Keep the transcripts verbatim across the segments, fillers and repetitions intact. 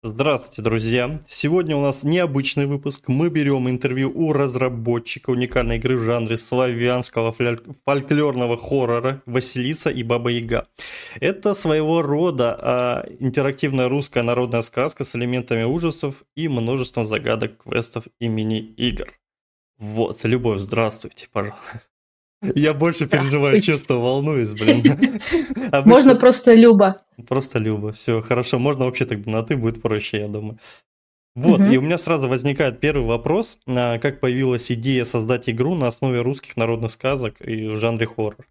Здравствуйте, друзья! Сегодня у нас необычный выпуск. Мы берем интервью у разработчика уникальной игры в жанре славянского фля- фольклорного хоррора «Василиса и Баба Яга». Это своего рода а, интерактивная русская народная сказка с элементами ужасов и множеством загадок, квестов и мини-игр. Вот, Любовь, здравствуйте, пожалуйста. Я больше переживаю, честно волнуюсь, блин. Обычно... Можно просто Люба. Просто Люба, все, хорошо. Можно вообще тогда на «ты», будет проще, я думаю. Вот, угу. И у меня сразу возникает первый вопрос. Как появилась идея создать игру на основе русских народных сказок и в жанре хоррор?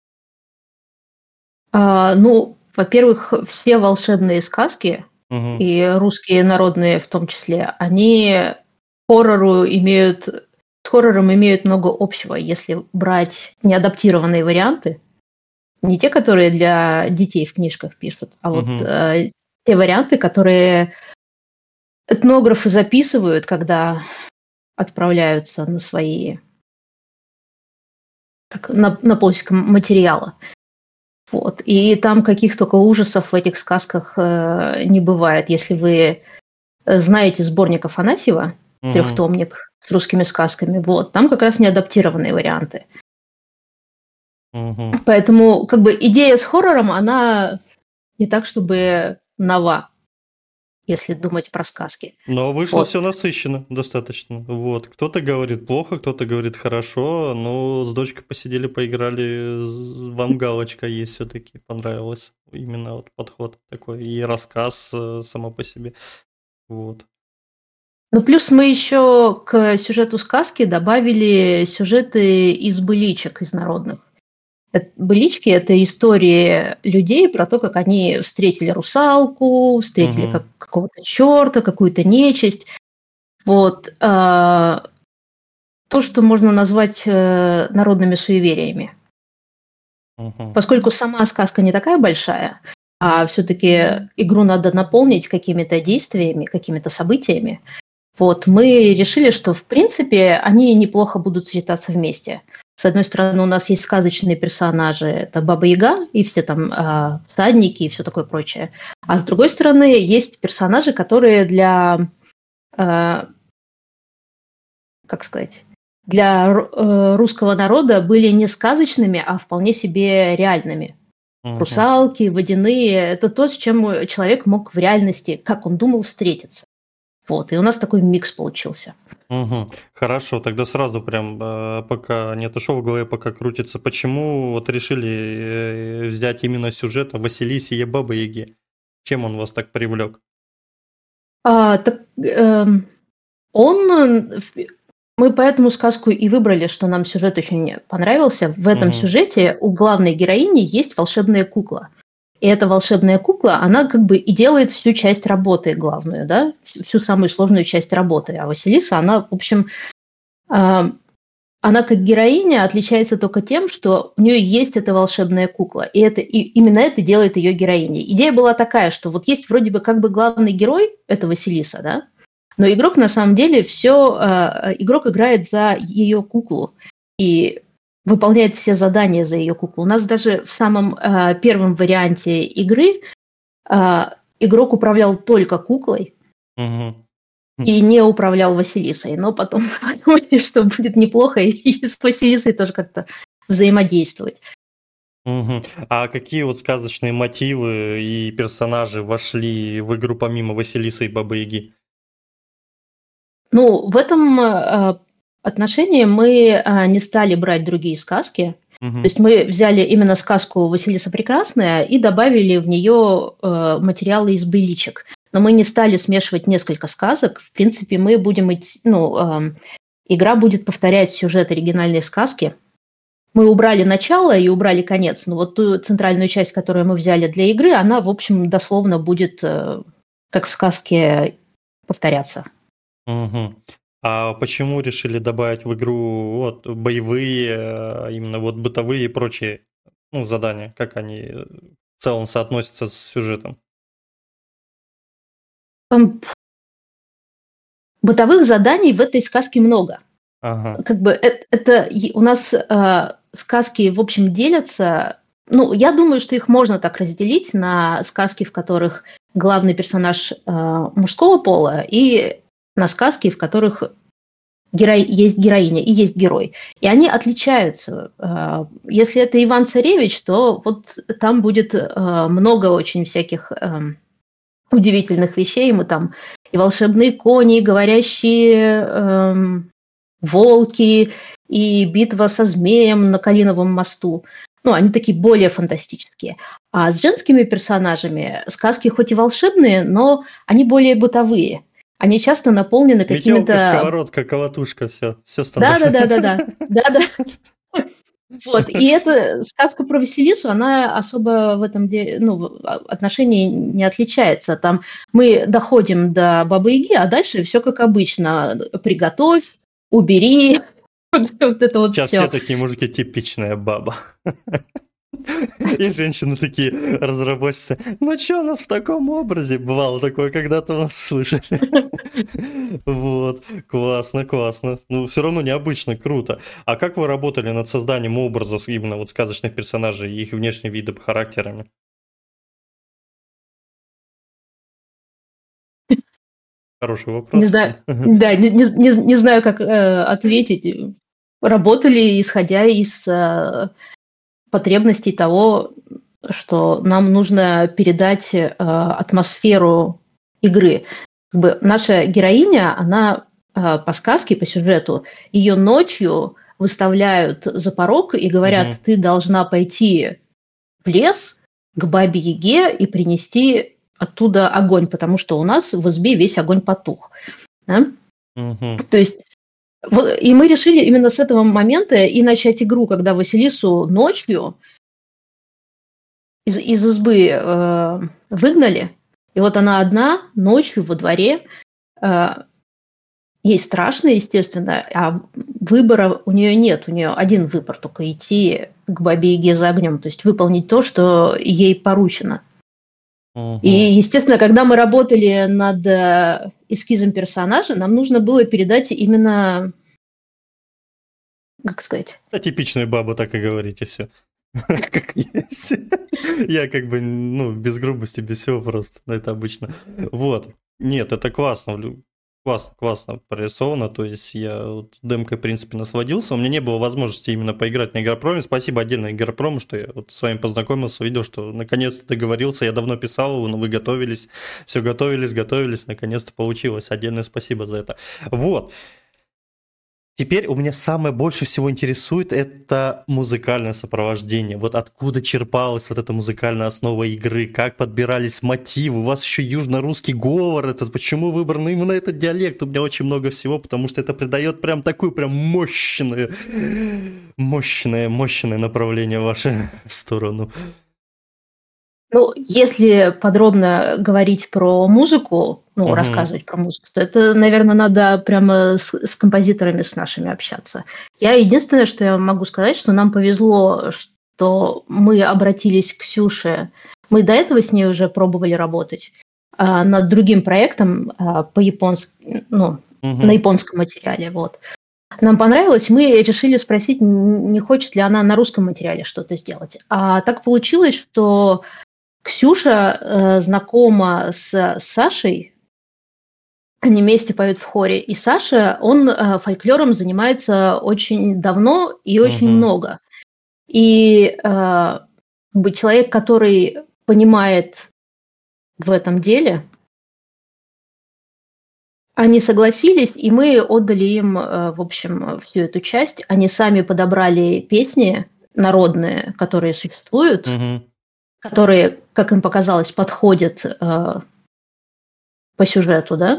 А, ну, во-первых, все волшебные сказки, угу. и русские народные в том числе, они хоррору имеют... с хоррором имеют много общего, если брать неадаптированные варианты. Не те, которые для детей в книжках пишут, а вот угу. э, те варианты, которые этнографы записывают, когда отправляются на свои... как, на, на поиск материала. Вот. И там каких только ужасов в этих сказках э, не бывает. Если вы знаете сборник Афанасьева, угу. трехтомник с русскими сказками, вот, там как раз неадаптированные варианты. Угу. Поэтому как бы идея с хоррором, она не так, чтобы нова, если думать про сказки. Но вышло вот. все насыщенно достаточно. Вот. Кто-то говорит плохо, кто-то говорит хорошо, но с дочкой посидели, поиграли, вам галочка есть все-таки, понравилось именно вот подход такой и рассказ само по себе. Вот. Ну, плюс мы еще к сюжету сказки добавили сюжеты из быличек, из народных. Былички – это истории людей про то, как они встретили русалку, встретили угу. как, какого-то черта, какую-то нечисть. Вот. А, то, что можно назвать э, народными суевериями. Угу. Поскольку сама сказка не такая большая, а все-таки игру надо наполнить какими-то действиями, какими-то событиями, вот, мы решили, что, в принципе, они неплохо будут сочетаться вместе. С одной стороны, у нас есть сказочные персонажи, это Баба Яга и все там э, всадники и все такое прочее. А с другой стороны, есть персонажи, которые для, э, как сказать, для э, русского народа были не сказочными, а вполне себе реальными. Uh-huh. Русалки, водяные – это то, с чем человек мог в реальности, как он думал, встретиться. Вот, и у нас такой микс получился. Угу. Хорошо, тогда сразу прям, пока не отошел в голове, пока крутится, почему вот решили взять именно сюжет о Василисе и Бабе Яге? Чем он вас так привлек? А, так, э, он... Мы поэтому сказку и выбрали, что нам сюжет очень понравился. В этом угу. сюжете у главной героини есть волшебная кукла. И эта волшебная кукла, она как бы и делает всю часть работы главную, да, всю самую сложную часть работы. А Василиса, она, в общем, э, она как героиня отличается только тем, что у нее есть эта волшебная кукла. И, это, и именно это делает ее героиней. Идея была такая, что вот есть вроде бы как бы главный герой, это Василиса, да, но игрок на самом деле все, э, игрок играет за ее куклу. И выполняет все задания за ее куклу. У нас даже в самом э, первом варианте игры э, игрок управлял только куклой угу. и не управлял Василисой. Но потом подумали, что будет неплохо и с Василисой тоже как-то взаимодействовать. Угу. А какие вот сказочные мотивы и персонажи вошли в игру помимо Василисы и Бабы Яги? Ну, в этом... Э, отношении мы а, не стали брать другие сказки. Uh-huh. То есть мы взяли именно сказку «Василиса Прекрасная» и добавили в нее э, материалы из быличек. Но мы не стали смешивать несколько сказок. В принципе, мы будем идти, ну, э, игра будет повторять сюжет оригинальной сказки. Мы убрали начало и убрали конец. Но вот ту центральную часть, которую мы взяли для игры, она, в общем, дословно будет, э, как в сказке, повторяться. Uh-huh. А почему решили добавить в игру вот, боевые, именно вот бытовые и прочие ну, задания? Как они в целом соотносятся с сюжетом? Бытовых заданий в этой сказке много. Ага. Как бы это, это у нас э, сказки, в общем, делятся. Ну, я думаю, что их можно так разделить на сказки, в которых главный персонаж э, мужского пола, и на сказки, в которых герой, есть героиня и есть герой. И они отличаются. Э, если это Иван-Царевич, то вот там будет э, много очень всяких э, удивительных вещей. Мы там и волшебные кони, и говорящие э, волки, и битва со змеем на Калиновом мосту. Ну, они такие более фантастические. А с женскими персонажами сказки хоть и волшебные, но они более бытовые. Они часто наполнены какими-то... Метелка, сковородка, колотушка, все, все стандартно. Да-да-да-да-да. Да-да. Вот, и эта сказка про Василису, она особо в этом де... ну, отношении не отличается. Там мы доходим до Бабы-Яги, а дальше все как обычно. Приготовь, убери, вот это вот Сейчас все. все такие мужики, типичная баба. И женщины такие, разработчицы, ну что у нас в таком образе? Бывало такое, когда-то у нас слышали. Вот, классно, классно. Ну, все равно необычно, круто. А как вы работали над созданием образов именно вот сказочных персонажей и их внешним видом, характерами? Хороший вопрос. Не знаю, да, не, не, не, не знаю, как э, ответить. Работали, исходя из э, потребностей того, что нам нужно передать э, атмосферу игры. Как бы наша героиня, она э, по сказке, по сюжету, ее ночью выставляют за порог и говорят, Мгм. ты должна пойти в лес к Бабе Яге и принести оттуда огонь, потому что у нас в избе весь огонь потух. Да? Мгм. То есть вот, и мы решили именно с этого момента и начать игру, когда Василису ночью из, из избы э, выгнали, и вот она одна ночью во дворе, э, ей страшно, естественно, а выбора у нее нет, у нее один выбор, только идти к Бабе Яге за огнем, то есть выполнить то, что ей поручено. Мгм. И, естественно, когда мы работали над э, эскизом персонажа, нам нужно было передать именно, как сказать... А типичная баба, так и говорите, все. Как есть. Я как бы, ну, без грубости, без всего просто. Это обычно. Вот. Нет, это классно. Классно, классно прорисовано. То есть я вот демкой, в принципе, насладился. У меня не было возможности именно поиграть на Игропроме. Спасибо отдельно Игропрому, что я вот с вами познакомился, увидел, что наконец-то договорился. Я давно писал его, но вы готовились. Все готовились, готовились. Наконец-то получилось. Отдельное спасибо за это. Вот. Теперь у меня самое больше всего интересует это музыкальное сопровождение. Вот откуда черпалась вот эта музыкальная основа игры, как подбирались мотивы. У вас еще южно-русский говор этот. Почему выбран именно этот диалект? У меня очень много всего, потому что это придает прям такую прям мощное, мощное, мощное направление в вашу сторону. Ну, если подробно говорить про музыку, ну, Мгм. рассказывать про музыку, то это, наверное, надо прямо с, с композиторами с нашими общаться. Я единственное, что я могу сказать, что нам повезло, что мы обратились к Ксюше. Мы до этого с ней уже пробовали работать а, над другим проектом а, по японски, ну, Мгм. на японском материале. Вот. Нам понравилось, мы решили спросить, не хочет ли она на русском материале что-то сделать. А так получилось, что Ксюша э, знакома с Сашей, они вместе поют в хоре, и Саша, он э, фольклором занимается очень давно и очень Мгм. много. И э, как бы человек, который понимает в этом деле, они согласились, и мы отдали им, э, в общем, всю эту часть. Они сами подобрали песни народные, которые существуют, Мгм. которые, как им показалось, подходят э, по сюжету, да?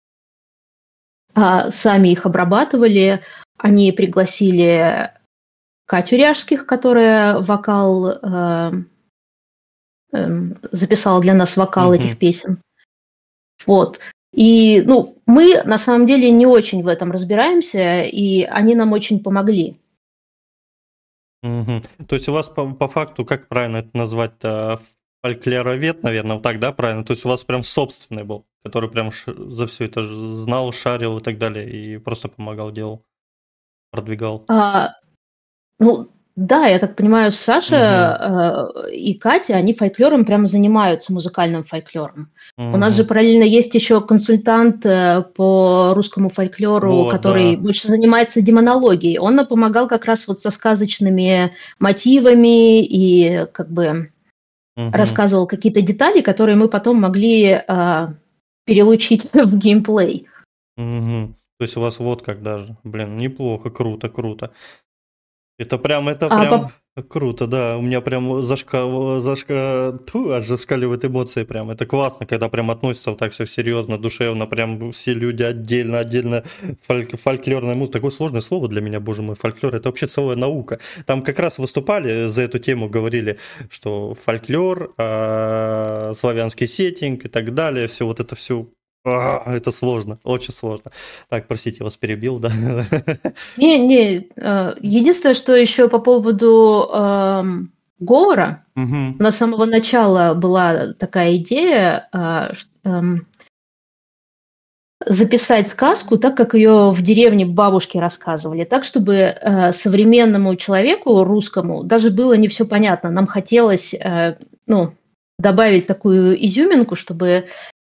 А сами их обрабатывали. Они пригласили Катю Ряжских, которая вокал э, э, записала для нас вокал Мгм. этих песен. Вот. И, ну, мы на самом деле не очень в этом разбираемся, и они нам очень помогли. Мгм. То есть у вас по, по факту, как правильно это назвать-то, фольклоровед, наверное, вот так, да, правильно? То есть у вас прям собственный был, который прям ш- за все это ж- знал, шарил и так далее, и просто помогал, делал, продвигал. А, ну, Да, я так понимаю, Мгм. Саша э, и Катя, они фольклором прямо занимаются, музыкальным фольклором. У нас же Мгм. параллельно есть еще консультант э, по русскому фольклору, Вот, который да. больше занимается демонологией. Он нам помогал как раз вот со сказочными мотивами и как бы Мгм. рассказывал какие-то детали, которые мы потом могли э, перелучить в геймплей. Мгм. То есть у вас вот как даже. Блин, неплохо, круто, круто. Это прям, это А прям по круто, да. У меня прям зашка, зашка, тьфу, аж зашкаливают эмоции прям. Это классно, когда прям относятся вот так все серьезно, душевно, прям все люди отдельно, отдельно. Фольк, фольклорная музыка. Такое сложное слово для меня, боже мой, фольклор. Это вообще целая наука. Там как раз выступали за эту тему, говорили, что фольклор, а, славянский сеттинг и так далее. Все вот это все. Это сложно, очень сложно. Так, простите, я вас перебил, да? Не, не. э, Единственное, что еще по поводу эм, говора, Мгм. у нас с самого начала была такая идея а, ш- эм, записать сказку так, как ее в деревне бабушки рассказывали, так, чтобы э, современному человеку русскому даже было не все понятно. Нам хотелось, э, ну, добавить такую изюминку, чтобы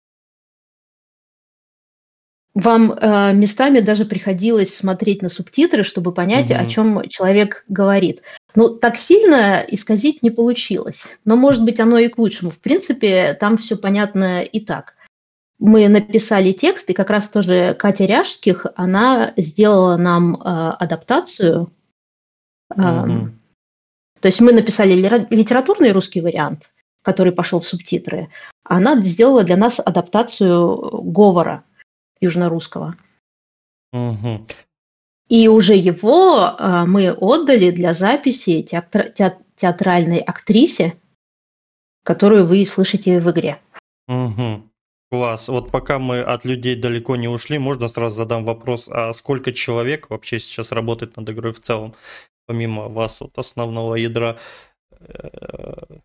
вам э, местами даже приходилось смотреть на субтитры, чтобы понять, о Мгм. чем человек говорит. Ну, так сильно исказить не получилось, но, может быть, оно и к лучшему. В принципе, там все понятно и так. Мы написали текст, и как раз тоже Катя Ряжских, она сделала нам э, адаптацию. Эм, Мгм. то есть мы написали лира- литературный русский вариант, который пошел в субтитры, а она сделала для нас адаптацию говора южнорусского. Мгм. И уже его а, мы отдали для записи театр- теат- театральной актрисе, которую вы слышите в игре. Мгм. Класс. Вот пока мы от людей далеко не ушли, можно сразу задам вопрос, а сколько человек вообще сейчас работает над игрой в целом, помимо вас, вот основного ядра? Э,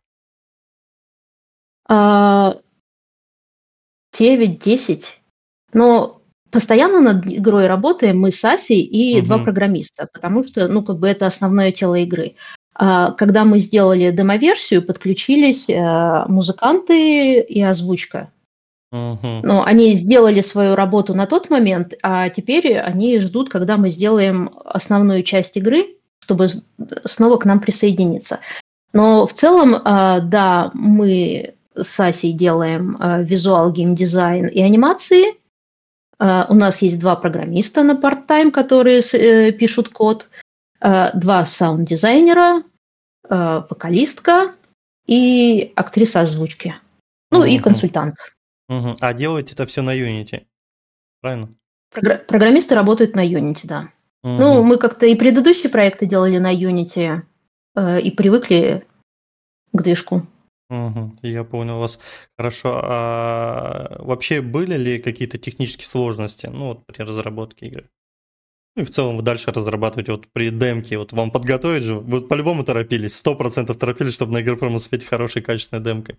А, девять-десять. Но постоянно над игрой работаем мы с Асей и два Мгм. программиста, потому что, ну, как бы это основное тело игры. А, когда мы сделали демоверсию, подключились э, музыканты и озвучка. Мгм. Но они сделали свою работу на тот момент, а теперь они ждут, когда мы сделаем основную часть игры, чтобы с- снова к нам присоединиться. Но в целом, а, да, мы с Асей делаем а, визуал, геймдизайн и анимации. А, У нас есть два программиста на part-time, которые с- э, пишут код, а, два саунд-дизайнера, а, вокалистка и актриса озвучки. Ну и Мгм. консультант. Мгм. А делаете это все на Unity, правильно? Програ- программисты работают на Unity, да. Ну, Мгм. мы как-то и предыдущие проекты делали на Unity э, и привыкли к движку. Мгм. Я понял вас. Хорошо. А вообще были ли какие-то технические сложности, ну, вот при разработке игры? Ну и в целом вы дальше разрабатываете вот при демке, вот вам подготовить же, вы по-любому торопились, сто процентов торопились, чтобы на Игропром успеть хорошей качественной демкой.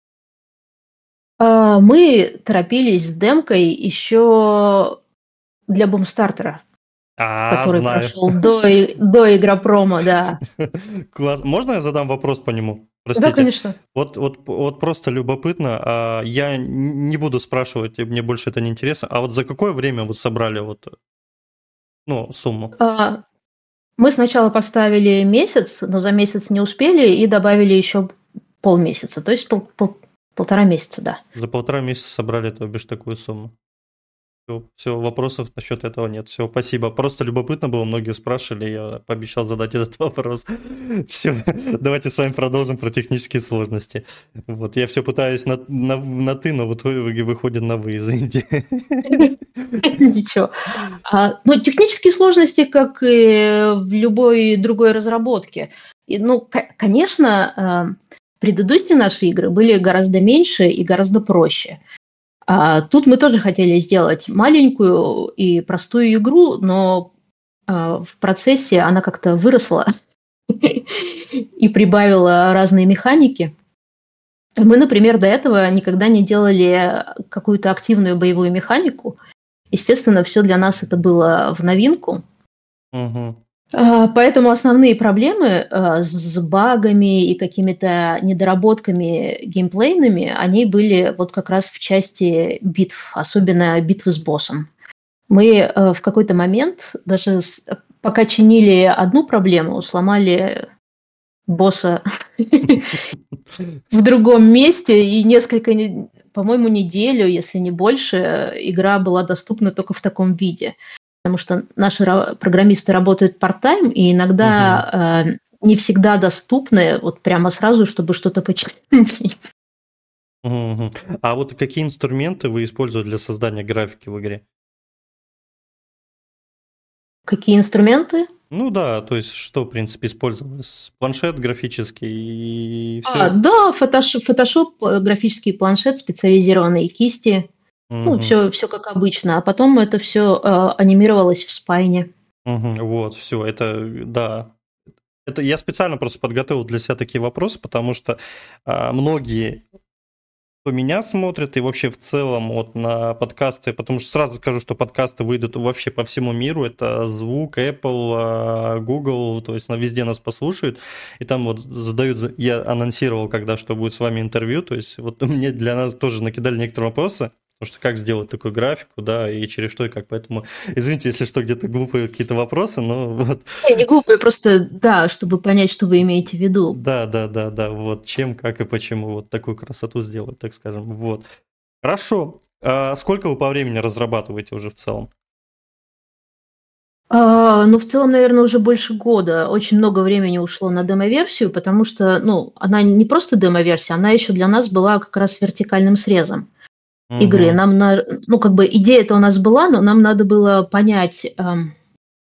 А, Мы торопились с демкой еще для бумстартера, А, который знаю. прошел до, и- до Игропрома, да. Класс. Можно я задам вопрос по нему? Да, Простите. конечно. Вот, вот, вот просто любопытно. а, Я н- не буду спрашивать, и мне больше это не интересно. А вот за какое время вот собрали вот, ну, сумму? А, Мы сначала поставили месяц, но за месяц не успели и добавили еще полмесяца, то есть пол- пол- полтора месяца, да. За полтора месяца собрали, то бишь, такую сумму. Все, все, вопросов насчет этого нет. Все, спасибо. Просто любопытно было, многие спрашивали, я пообещал задать этот вопрос. Все, давайте с вами продолжим про технические сложности. Вот, я все пытаюсь на, на, на ты, но в итоге выходит на вы, извините. Ничего. А, ну, технические сложности, как и в любой другой разработке. И, ну, ко- конечно, а, предыдущие наши игры были гораздо меньше и гораздо проще. А тут мы тоже хотели сделать маленькую и простую игру, но а, в процессе она как-то выросла и прибавила разные механики. Мы, например, до этого никогда не делали какую-то активную боевую механику. Естественно, все для нас это было в новинку. Мгм. А, Поэтому основные проблемы а, с багами и какими-то недоработками геймплейными, они были вот как раз в части битв, особенно битвы с боссом. Мы э, в какой-то момент даже с- пока чинили одну проблему, сломали босса в другом месте, и несколько, не- по-моему, неделю, если не больше, э, игра была доступна только в таком виде. Потому что наши ра- программисты работают part-time, и Мгм. иногда э, не всегда доступны вот прямо сразу, чтобы что-то починить. Мгм. А вот какие инструменты вы используете для создания графики в игре? Какие инструменты? Ну да, то есть что, в принципе, использовалось? Планшет графический и А, все? да, фотош- фотошоп, э, графический планшет, специализированные кисти. Ну, все, все как обычно. А потом это все анимировалось в спайне. Вот, все, это, да. Это я специально просто подготовил для себя такие вопросы, потому что а, многие кто меня смотрит и вообще в целом вот на подкасты, потому что сразу скажу, что подкасты выйдут вообще по всему миру, это звук, Apple, а, Google, то есть на везде нас послушают, и там вот задают, за- я анонсировал, когда что будет с вами интервью, то есть вот мне для нас тоже накидали некоторые вопросы, потому что как сделать такую графику, да, и через что и как, поэтому извините, если что, где-то глупые какие-то вопросы, но вот Не, не глупые, просто, да, чтобы понять, что вы имеете в виду. да, да, да, да, вот чем, как и почему вот такую красоту сделать, так скажем, вот. Хорошо. А сколько вы по времени разрабатываете уже в целом? А, ну, в целом, наверное, уже больше года. Очень много времени ушло на демо-версию, потому что, ну, она не просто демо-версия, она еще для нас была как раз вертикальным срезом игры. Мгм. Нам, на, ну, как бы идея-то у нас была, но нам надо было понять, эм,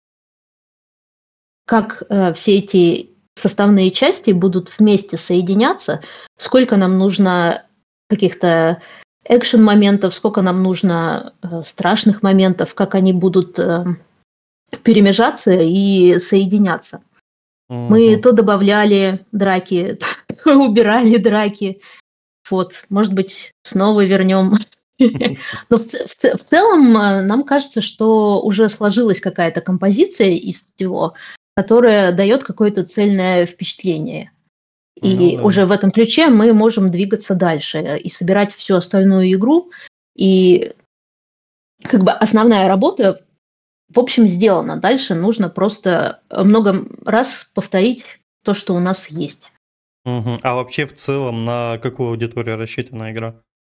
как э, все эти составные части будут вместе соединяться, сколько нам нужно каких-то экшен-моментов, сколько нам нужно э, страшных моментов, как они будут э, перемежаться и соединяться. Мы Мгм. то добавляли драки, то убирали драки. Вот, может быть, снова вернем. Но в, ц- в ц- в целом э, нам кажется, что уже сложилась какая-то композиция из всего, которая дает какое-то цельное впечатление. Ну И да. уже в этом ключе мы можем двигаться дальше и собирать всю остальную игру. И как бы основная работа, в общем, сделана. Дальше нужно просто много раз повторить то, что у нас есть. Мгм. А вообще в целом на какую аудиторию рассчитана игра?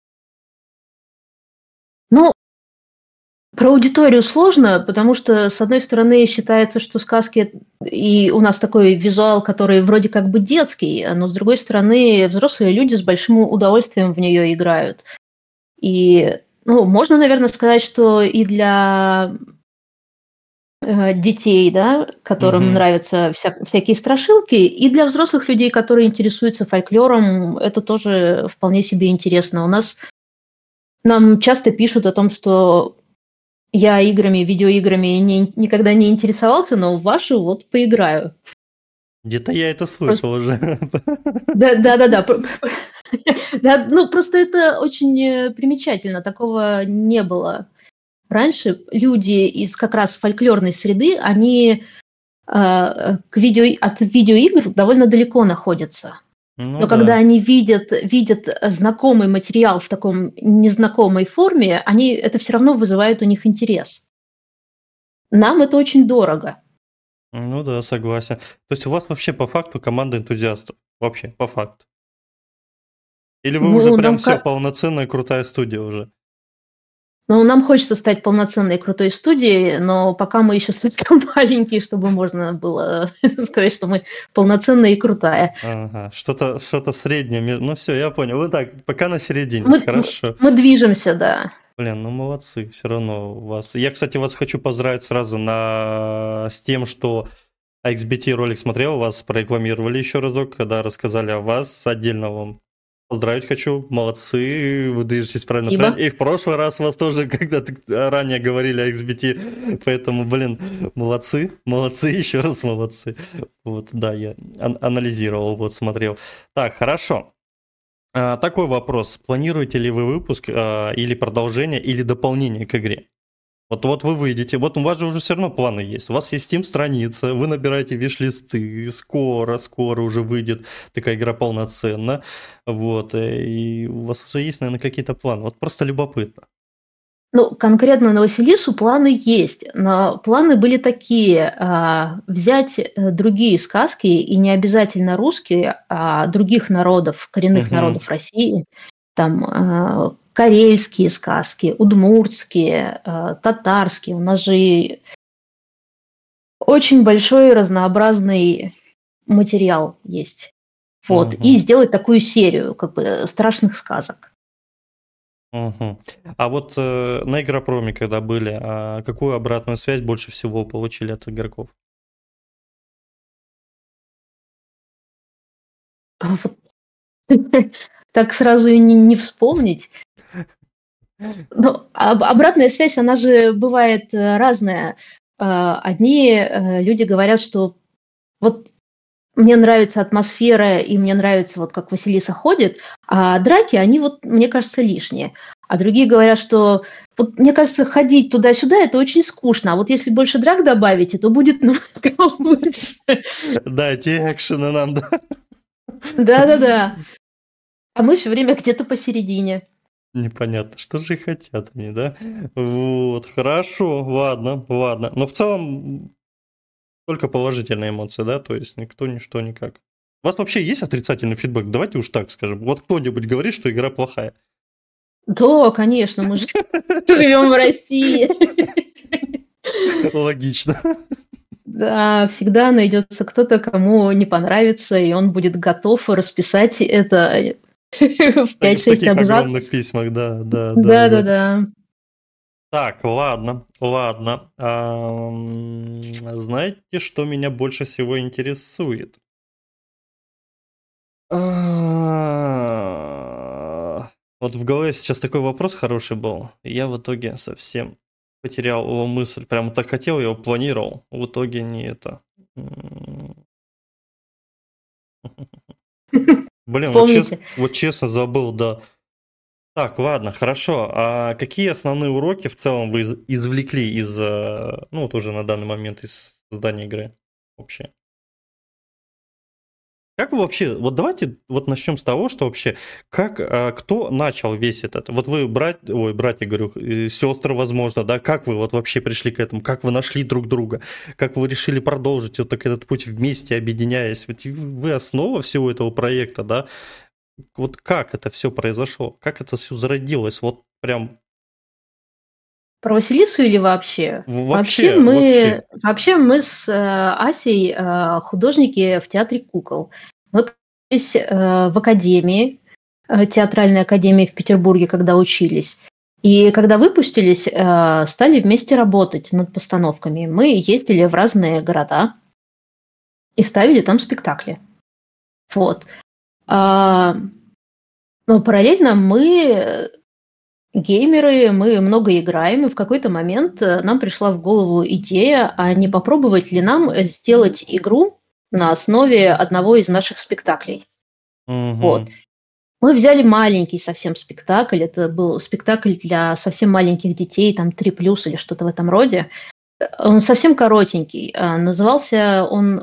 Ну, про аудиторию сложно, потому что, с одной стороны, считается, что сказки, и у нас такой визуал, который вроде как бы детский, но с другой стороны, взрослые люди с большим удовольствием в нее играют. И, ну, можно, наверное, сказать, что и для э, детей, да, которым Мгм. нравятся вся- всякие страшилки, и для взрослых людей, которые интересуются фольклором, это тоже вполне себе интересно. У нас нам часто пишут о том, что я играми, видеоиграми не, никогда не интересовался, но в вашу вот поиграю. Где-то я это слышал Просто, уже. да, да, да, да. п- да, ну, просто это очень э, примечательно. Такого не было раньше. Люди из как раз фольклорной среды, они а, к видео, от видеоигр довольно далеко находятся. Ну Но когда да. они видят, видят э, знакомый материал в таком незнакомой форме, они, это все равно вызывает у них интерес. Нам это очень дорого. Ну да, согласен. То есть у вас вообще по факту команда энтузиастов? Вообще, по факту. Или вы уже Ну, прям нам, все, ка- полноценная крутая студия уже? ну, нам хочется стать полноценной крутой студией, но пока мы еще слишком маленькие, чтобы можно было сказать, что мы полноценная и крутая. Ага, что-то что-то среднее. ме- Ну все, я понял. Вы так, пока на середине. Мы, мы, Хорошо. мы движемся, да. Блин, ну молодцы, все равно у вас. Я, кстати, вас хочу поздравить сразу на... с тем, что икс би ти ролик смотрел, вас прорекламировали еще разок, когда рассказали о вас. Отдельно вам поздравить хочу. Молодцы, вы движетесь в правильном направлении. Спасибо. И в прошлый раз вас тоже когда-то ранее говорили о икс би ти, поэтому, блин, молодцы, молодцы, еще раз молодцы. Вот, да, я ан- анализировал, вот смотрел. Так, хорошо. А, Такой вопрос. Планируете ли вы выпуск а, или продолжение, или дополнение к игре? Вот, вот вы выйдете, вот у вас же уже все равно планы есть. У вас есть Steam-страница, вы набираете виш-листы, скоро, скоро уже выйдет такая игра полноценная. Вот, э, и у вас уже есть, наверное, какие-то планы. Вот просто любопытно. Ну, конкретно на Василису планы есть, но планы были такие: а, взять э, другие сказки, и не обязательно русские, а других народов, коренных Мгм. народов России, там а, карельские сказки, удмуртские, а, татарские. У нас же очень большой разнообразный материал есть. Вот. И Мгм. сделать такую серию, как бы, страшных сказок. Мгм. А вот э, на Игропроме, когда были, а какую обратную связь больше всего получили от игроков? А вот так сразу и не не вспомнить. Но об обратная связь, она же бывает, э, разная. А, одни, э, люди говорят, что вот мне нравится атмосфера и мне нравится, вот как Василиса ходит, а драки, они вот, мне кажется, лишние. А другие говорят, что вот мне кажется, ходить туда-сюда- это очень скучно, а вот если больше драк добавите, то будет намного лучше. Дайте экшена нам, да? Да-да-да. А мы всё время где-то посередине. Непонятно, что же и хотят они, да? Вот, хорошо, ладно, ладно. Но в целом только положительные эмоции, да? То есть никто, ничто, никак. У вас вообще есть отрицательный фидбэк? Давайте уж так скажем. Вот кто-нибудь говорит, что игра плохая? Да, конечно, мы же живем в России. Логично. Да, всегда найдется кто-то, кому не понравится, и он будет готов расписать это в Так, в пять-шесть таких абзацев. огромных письмах, да, да, да, да. Да-да-да. Так, ладно, ладно. Ам, знаете, что меня больше всего интересует? А, Вот в голове сейчас такой вопрос хороший был. и Я в итоге совсем потерял его мысль. Прям так хотел, я его планировал. В итоге не это. М. Блин, вот честно, Вспомните. вот честно забыл, да. Так, ладно, хорошо. А какие основные уроки в целом вы из- извлекли из, э, ну вот уже на данный момент из создания игры вообще? Как вы вообще, вот давайте вот начнем с того, что вообще, как, а, кто начал весь этот, вот вы брать, ой, братья, говорю, э, сестры, возможно, да, как вы вот вообще пришли к этому, как вы нашли друг друга, как вы решили продолжить вот так этот путь вместе, объединяясь, ведь вы основа всего этого проекта, да, вот как это все произошло, как это все зародилось, вот прям Про Василису или вообще? Вообще вообще, мы вообще. вообще мы с, э, Асей, э, художники в театре кукол. Вот здесь, э, в академии, э, театральной академии в Петербурге, когда учились. И когда выпустились, э, стали вместе работать над постановками. Мы ездили в разные города и ставили там спектакли. Вот. А, но параллельно мы геймеры, мы много играем, и в какой-то момент э, нам пришла в голову идея, а не попробовать ли нам э, сделать игру на основе одного из наших спектаклей. Вот. Мгм. Мы взяли маленький совсем спектакль, это был спектакль для совсем маленьких детей, там три плюс или что-то в этом роде. Э, Он совсем коротенький. а, Назывался он...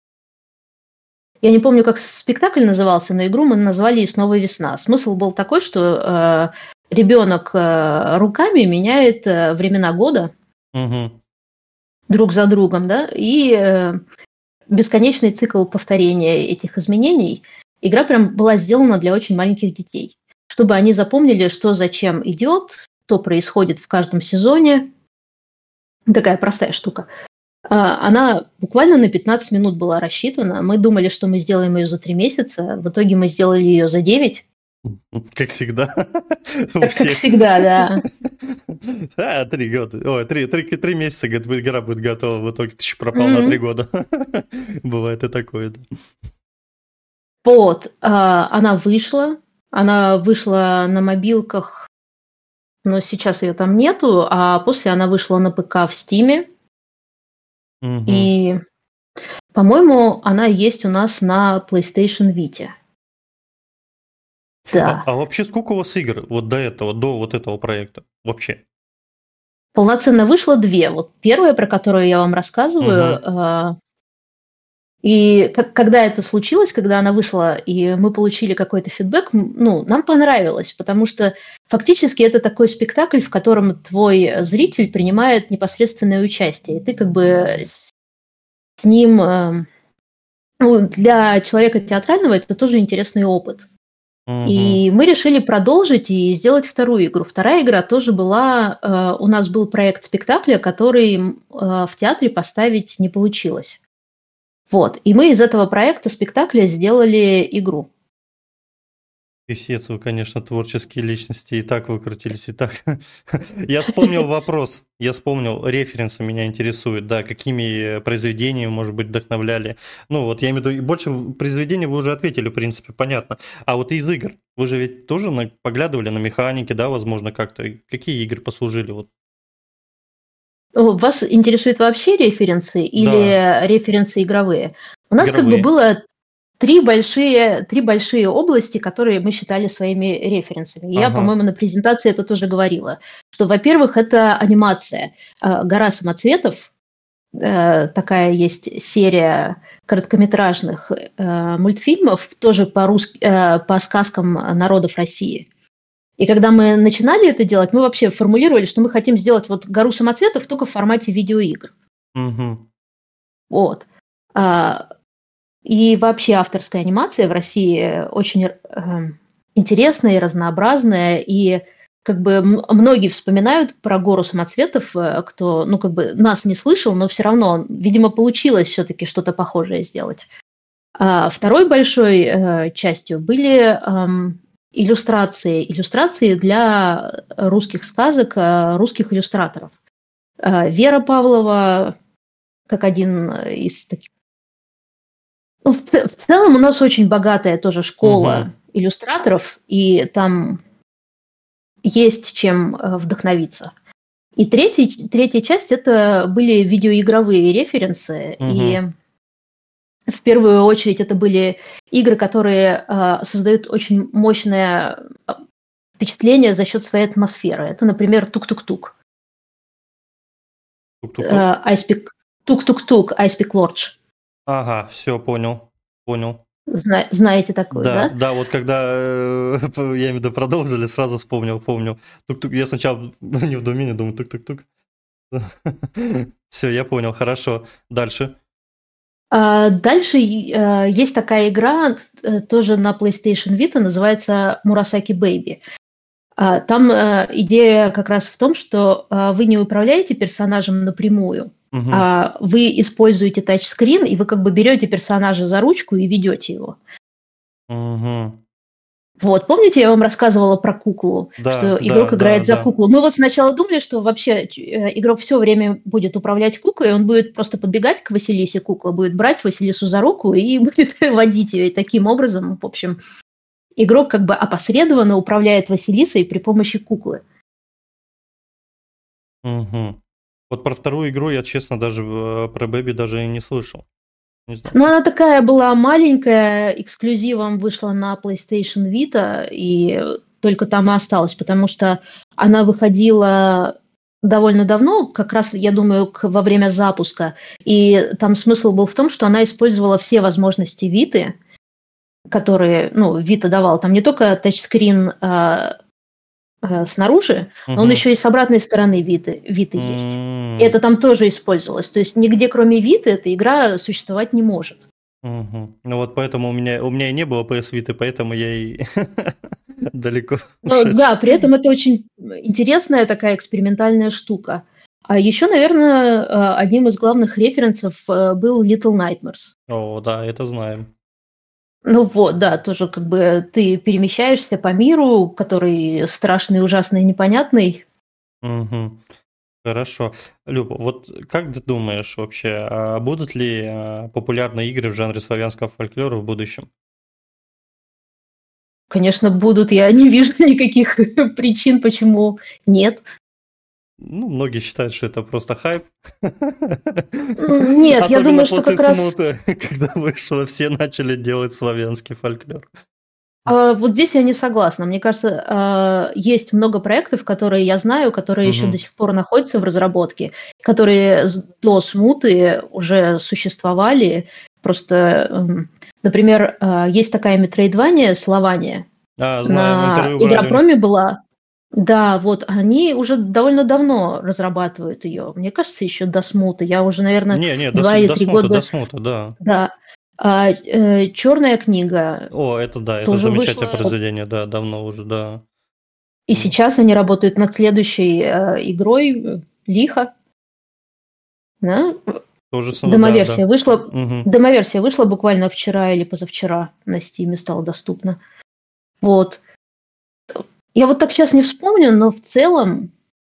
Я не помню, как спектакль назывался, но игру мы назвали «И снова весна». Смысл был такой, что э, ребенок э, руками меняет э, времена года Мгм. друг за другом, да, и э, бесконечный цикл повторения этих изменений. Игра прям была сделана для очень маленьких детей, чтобы они запомнили, что зачем идет, что происходит в каждом сезоне. Такая простая штука. А, Она буквально на пятнадцать минут была рассчитана. Мы думали, что мы сделаем ее за три месяца. В итоге мы сделали ее за девять. Как всегда, у Как, как всех. всегда, да. А, три года. Ой, три, три, три месяца, говорит, игра будет готова, в итоге ты ещё пропал на три Мгм. года. Бывает и такое, да. Вот. а, Она вышла. Она вышла на мобилках, но сейчас ее там нету. А после она вышла на ПК в Стиме. Мгм. И, по-моему, она есть у нас на PlayStation Vita. А, Да. а вообще сколько у вас игр вот до этого, до вот этого проекта вообще? полноценно вышло две. Вот первая, про которую я вам рассказываю, угу. И когда это случилось, когда она вышла, и мы получили какой-то фидбэк, ну, нам понравилось, потому что фактически это такой спектакль, в котором твой зритель принимает непосредственное участие. И ты как бы с ним... Ну, для человека театрального это тоже интересный опыт. Mm-hmm. И мы решили продолжить и сделать вторую игру. Вторая игра тоже была... Э, у нас был проект спектакля, который э, в театре поставить не получилось. Вот. И мы из этого проекта спектакля сделали игру. Писец, вы, конечно, творческие личности, и так выкрутились, и так. Я вспомнил вопрос, я вспомнил, референсы меня интересуют, да, какими произведениями, может быть, вдохновляли. Ну, вот я имею в виду, больше произведений вы уже ответили, в принципе, понятно. А вот из игр, вы же ведь тоже на, поглядывали на механики, да, возможно, как-то. Какие игры послужили? Вот. Вас интересуют вообще референсы или да. референсы игровые? У нас игровые. Как бы было... Три большие, три большие области, которые мы считали своими референсами. Я, ага. по-моему, на презентации это тоже говорила. Что, во-первых, это анимация. «Гора самоцветов». Такая есть серия короткометражных мультфильмов, тоже по, рус... по сказкам народов России. И когда мы начинали это делать, мы вообще формулировали, что мы хотим сделать вот «Гору самоцветов» только в формате видеоигр. Угу. Вот. И вообще авторская анимация в России очень э, интересная и разнообразная, и как бы многие вспоминают про «Гору самоцветов», кто, ну, как бы нас не слышал, но все равно, видимо, получилось все-таки что-то похожее сделать. А второй большой э, частью были э, иллюстрации, иллюстрации для русских сказок, э, русских иллюстраторов. Э, Вера Павлова, как один из таких. Ну, в, в целом у нас очень богатая тоже школа угу. иллюстраторов, и там есть чем вдохновиться. И третий, третья часть – это были видеоигровые референсы, угу. и в первую очередь это были игры, которые э, создают очень мощное впечатление за счет своей атмосферы. Это, например, «Тук-тук-тук». «Тук-тук-тук», «Тук-тук-тук», «I Speak Large». Ага, все, понял, понял. Зна- знаете такое, да? Да, да, вот когда, э, я имею в виду, продолжили, сразу вспомнил, помню. Тук-тук, я сначала не в домене, думаю, тук-тук-тук. Все, я понял, хорошо. Дальше. А, дальше э, есть такая игра, э, тоже на PlayStation Vita, называется Murasaki Baby. А, там э, идея как раз в том, что э, вы не управляете персонажем напрямую, угу. а вы используете тачскрин, и вы как бы берете персонажа за ручку и ведете его. Угу. Вот, помните, я вам рассказывала про куклу, да, что игрок да, играет да, за да. куклу? Мы вот сначала думали, что вообще игрок все время будет управлять куклой, он будет просто подбегать к Василисе, кукла будет брать Василису за руку и будет водить ее. И таким образом, в общем, игрок как бы опосредованно управляет Василисой при помощи куклы. Угу. Вот про вторую игру я, честно, даже про Бэби даже и не слышал. Ну, она такая была маленькая, эксклюзивом вышла на PlayStation Vita, и только там и осталась, потому что она выходила довольно давно, как раз, я думаю, к, во время запуска, и там смысл был в том, что она использовала все возможности Vita, которые, ну, Vita давал. Там не только тачскрин а, а, снаружи, uh-huh. но он еще и с обратной стороны Vita, Vita uh-huh. есть. И это там тоже использовалось. То есть нигде, кроме Vita, эта игра существовать не может. Uh-huh. Ну вот поэтому у меня, у меня и не было пи эс Vita, поэтому я и далеко ну, да, при этом это очень интересная такая экспериментальная штука. А еще, наверное, одним из главных референсов был Little Nightmares. О, да, это знаем. Ну вот, да, тоже как бы ты перемещаешься по миру, который страшный, ужасный, непонятный. Угу. Хорошо. Люба, вот как ты думаешь вообще, а будут ли популярные игры в жанре славянского фольклора в будущем? Конечно, будут. Я не вижу никаких причин, почему нет. Ну, многие считают, что это просто хайп. Нет, Особенно я думаю, что после как раз... смуты, когда вышло, все начали делать славянский фольклор. А, вот здесь я не согласна. Мне кажется, а, есть много проектов, которые я знаю, которые еще до Мгм. сих пор находятся в разработке, которые с- до смуты уже существовали. Просто, эм, например, а, есть такая Metroidvania Слования. А, знаю, мы На интервью брали у них. Игропроме была. Да, вот они уже довольно давно разрабатывают ее. Мне кажется, еще до смуты. Я уже, наверное, Не, не, до, два с- или до три смута, до года. смута, да. Да. А, э, Черная книга О, это да, это тоже замечательное вышла. произведение, да, давно уже, да. И М, сейчас они работают над следующей э, игрой э, Лихо. Да? Тоже, с- да, да. Демоверсия вышла. Мгм. Демоверсия вышла буквально вчера или позавчера на Стиме стала доступна. Вот. Я вот так сейчас не вспомню, но в целом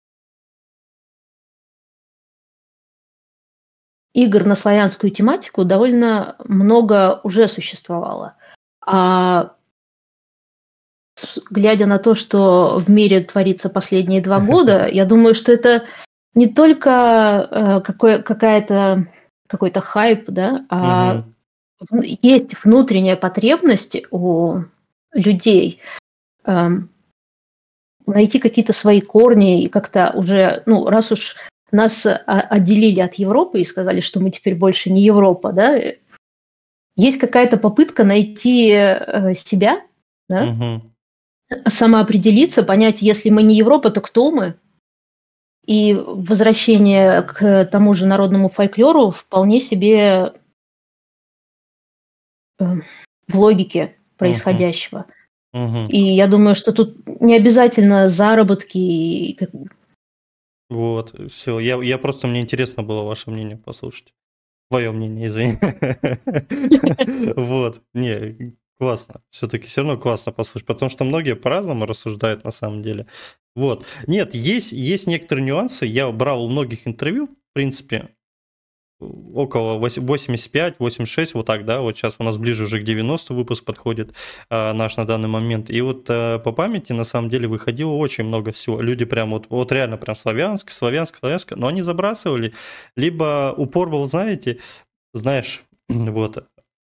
игр на славянскую тематику довольно много уже существовало. А с- глядя на то, что в мире творится последние два года, я думаю, что это не только э, какой, какая-то, какой-то хайп, да, а Мгм. в- есть внутренняя потребность у людей эм, найти какие-то свои корни и как-то уже, ну, раз уж нас а, отделили от Европы и сказали, что мы теперь больше не Европа, да, э, есть какая-то попытка найти э, себя, да, Мгм. самоопределиться, понять, если мы не Европа, то кто мы? И возвращение к тому же народному фольклору вполне себе э, в логике Мгм. происходящего. Мгм. И я думаю, что тут не обязательно заработки. И как- Вот, все. Я, я просто, мне интересно было ваше мнение послушать. Твое мнение, извини. Вот, не, классно. Все-таки все равно классно послушать, потому что многие по-разному рассуждают на самом деле. Вот. Нет, есть, есть некоторые нюансы. Я брал у многих интервью, в принципе, около восемьдесят пять восемьдесят шесть, вот так, да, вот сейчас у нас ближе уже к девяносто выпуск подходит а, наш на данный момент, и вот а, по памяти на самом деле выходило очень много всего, люди прям вот, вот реально прям славянск, славянск, славянск, но они забрасывали, либо упор был, знаете, знаешь, вот,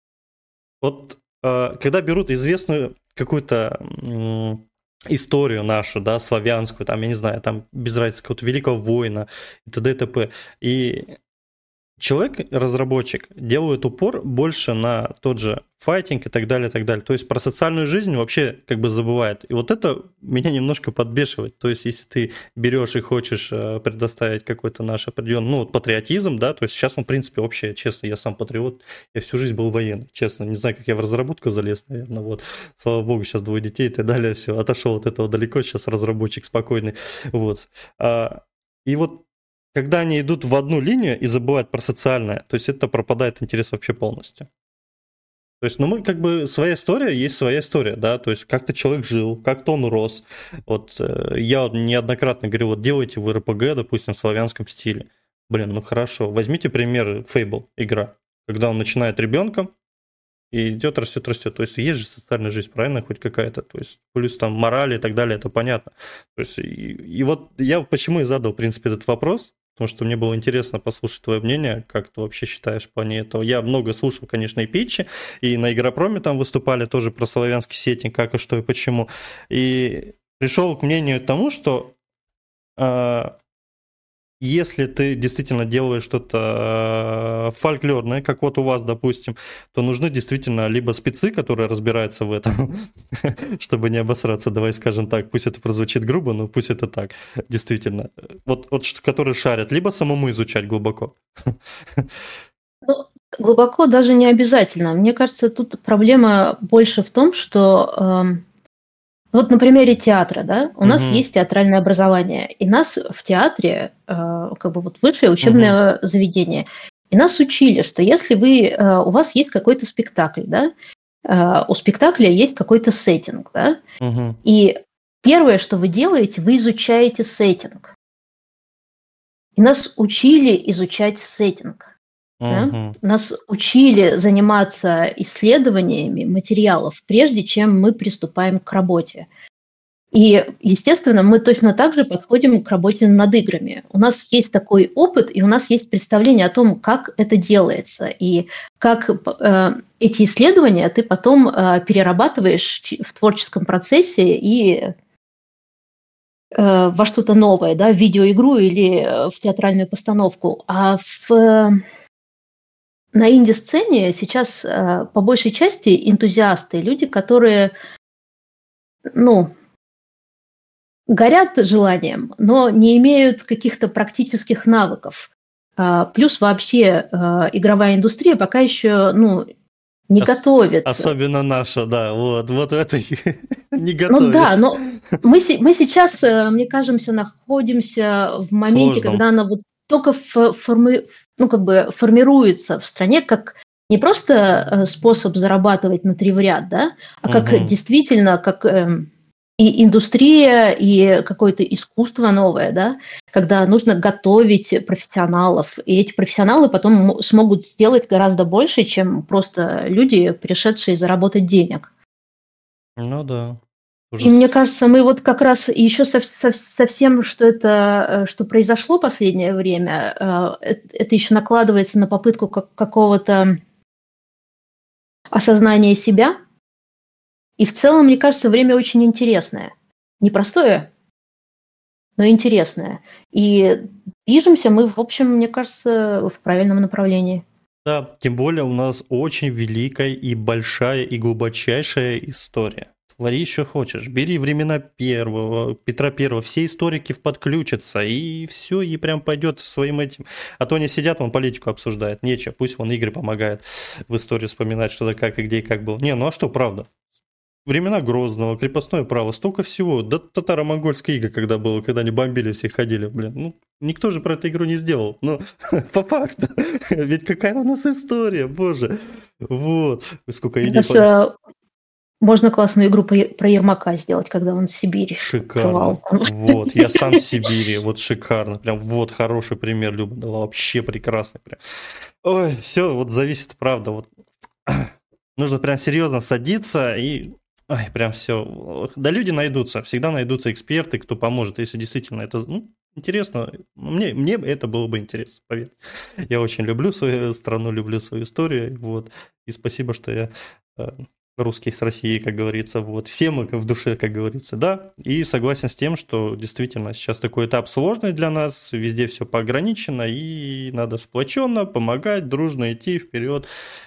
вот а, когда берут известную какую-то м, историю нашу, да, славянскую, там, я не знаю, там, без разницы, какого-то великого воина, и т.д. и т.п., и человек, разработчик, делает упор больше на тот же файтинг и так далее, и так далее. То есть про социальную жизнь вообще как бы забывает. И вот это меня немножко подбешивает. То есть если ты берешь и хочешь э, предоставить какой-то наш определенный, ну, вот патриотизм, да, то есть сейчас, ну, в принципе, вообще, честно, я сам патриот, я всю жизнь был военный, честно, не знаю, как я в разработку залез, наверное, вот, слава богу, сейчас двое детей и так далее, все, отошел от этого далеко, сейчас разработчик спокойный, вот. А, и вот когда они идут в одну линию и забывают про социальное, то есть это пропадает интерес вообще полностью. То есть, ну, мы как бы, своя история есть своя история, да, то есть как-то человек жил, как-то он рос. Вот э, я вот неоднократно говорю, вот делайте в эр пэ гэ, допустим, в славянском стиле. Блин, ну хорошо, возьмите пример Fable, игра, когда он начинает ребенком и идет, растет, растет. То есть есть же социальная жизнь, правильно, хоть какая-то, то есть плюс там мораль и так далее, это понятно. То есть, и, и вот я почему и задал, в принципе, этот вопрос, потому что мне было интересно послушать твое мнение, как ты вообще считаешь в плане этого. Я много слушал, конечно, и питчи, и на Игропроме там выступали тоже про славянский сеттинг, как и что и почему. И пришел к мнению тому, что а, если ты действительно делаешь что-то э, фольклорное, как вот у вас, допустим, то нужны действительно либо спецы, которые разбираются в этом, чтобы не обосраться, давай скажем так, пусть это прозвучит грубо, но пусть это так, действительно. Вот, вот что- которые шарят, либо самому изучать глубоко. ну, глубоко даже не обязательно. Мне кажется, тут проблема больше в том, что эм, вот на примере театра, да, у нас Мгм, есть театральное образование, и нас в театре, э, как бы вот высшее мгм, учебное заведение, и нас учили, что если вы, э, у вас есть какой-то спектакль, да, э, у спектакля есть какой-то сеттинг, да, мгм, и первое, что вы делаете, вы изучаете сеттинг. И нас учили изучать сеттинг. Да? мгм, Нас учили заниматься исследованиями материалов, прежде чем мы приступаем к работе. И, естественно, мы точно так же подходим к работе над играми. У нас есть такой опыт, и у нас есть представление о том, как это делается, и как э, эти исследования ты потом э, перерабатываешь в творческом процессе и э, во что-то новое, да, в видеоигру или в театральную постановку. А в, на инди-сцене сейчас э, по большей части энтузиасты, люди, которые, ну, горят желанием, но не имеют каких-то практических навыков. А, плюс вообще а, игровая индустрия пока еще, ну, не Ос- готовит. Особенно наша, да, вот, вот в этой не Ну да, готовит. но мы, се- мы сейчас, э, мне кажемся, находимся в моменте, Сложном. когда она вот только фо- форми- ну, как бы формируется в стране как не просто э, способ зарабатывать на три в ряд, да, а как Мгм. действительно, как эм, и индустрия, и какое-то искусство новое, да, когда нужно готовить профессионалов, и эти профессионалы потом мо- смогут сделать гораздо больше, чем просто люди, пришедшие заработать денег. Ну да. Уже И мне с- кажется, мы вот как раз еще со, со- со всем, что это, э, что произошло последнее время, э, э, это еще накладывается на попытку как- какого-то осознания себя. И в целом, мне кажется, время очень интересное. Непростое, но интересное. И движемся мы, в общем, мне кажется, в правильном направлении. Да, тем более у нас очень великая и большая и глубочайшая история. Твори еще хочешь. Бери времена первого, Петра Первого, все историки подключатся, и все, и прям пойдет своим этим. А то они сидят, он политику обсуждает. Нечего, пусть он игры помогает в истории вспоминать, что-то как и где и как было. Не, ну а что, правда? Времена Грозного, крепостное право, столько всего. Да татаро-монгольская ига, когда было, когда они бомбили, все ходили, блин. Ну, никто же про эту игру не сделал. Но по факту. Ведь какая у нас история, боже. Вот. Сколько Мне идей. кажется, можно классную игру по- про Ермака сделать, когда он Сибирь Шикарно. открывал. Вот, я сам с Сибири, вот шикарно. Прям вот хороший пример Люба дала, вообще прекрасный прям. Ой, все, вот зависит, правда, вот. Нужно прям серьезно садиться и ай, прям все. Да люди найдутся, всегда найдутся эксперты, кто поможет, если действительно это ну, интересно. Мне, мне это было бы интересно, поверь. Я очень люблю свою страну, люблю свою историю, вот. И спасибо, что я э, русский с Россией, как говорится, вот. Все мы в душе, как говорится, да. И согласен с тем, что действительно сейчас такой этап сложный для нас, везде все поограничено, и надо сплоченно помогать, дружно идти вперед.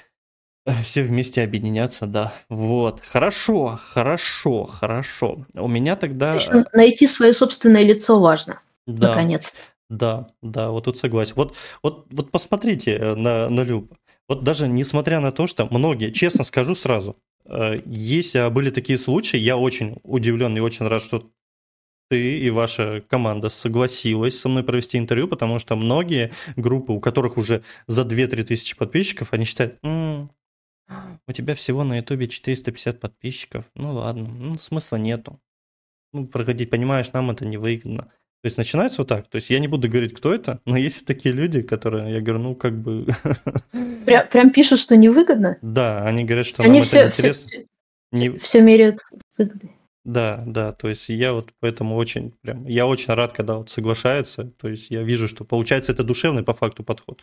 Все вместе объединяться, да. Вот. Хорошо, хорошо, хорошо. У меня То тогда... есть найти свое собственное лицо важно, Да, наконец-то. да, да, вот тут согласен. Вот, вот, вот посмотрите э, на, на Любу. Вот даже несмотря на то, что многие, честно скажу сразу, э, если были такие случаи, я очень удивлен и очень рад, что ты и ваша команда согласилась со мной провести интервью, потому что многие группы, у которых уже за две-три тысячи подписчиков, они считают, «М, у тебя всего на ютубе четыреста пятьдесят подписчиков. Ну ладно, ну смысла нету. Ну, проходить, понимаешь, нам это невыгодно». То есть начинается вот так. То есть я не буду говорить, кто это, но есть такие люди, которые, я говорю, ну как бы... Прям, прям пишут, что невыгодно. Да, они говорят, что Они нам это все, все, неинтересно. все, Не... все меряют выгодой. Да, да, то есть я вот поэтому очень прям, я очень рад, когда вот соглашается, то есть я вижу, что получается это душевный по факту подход.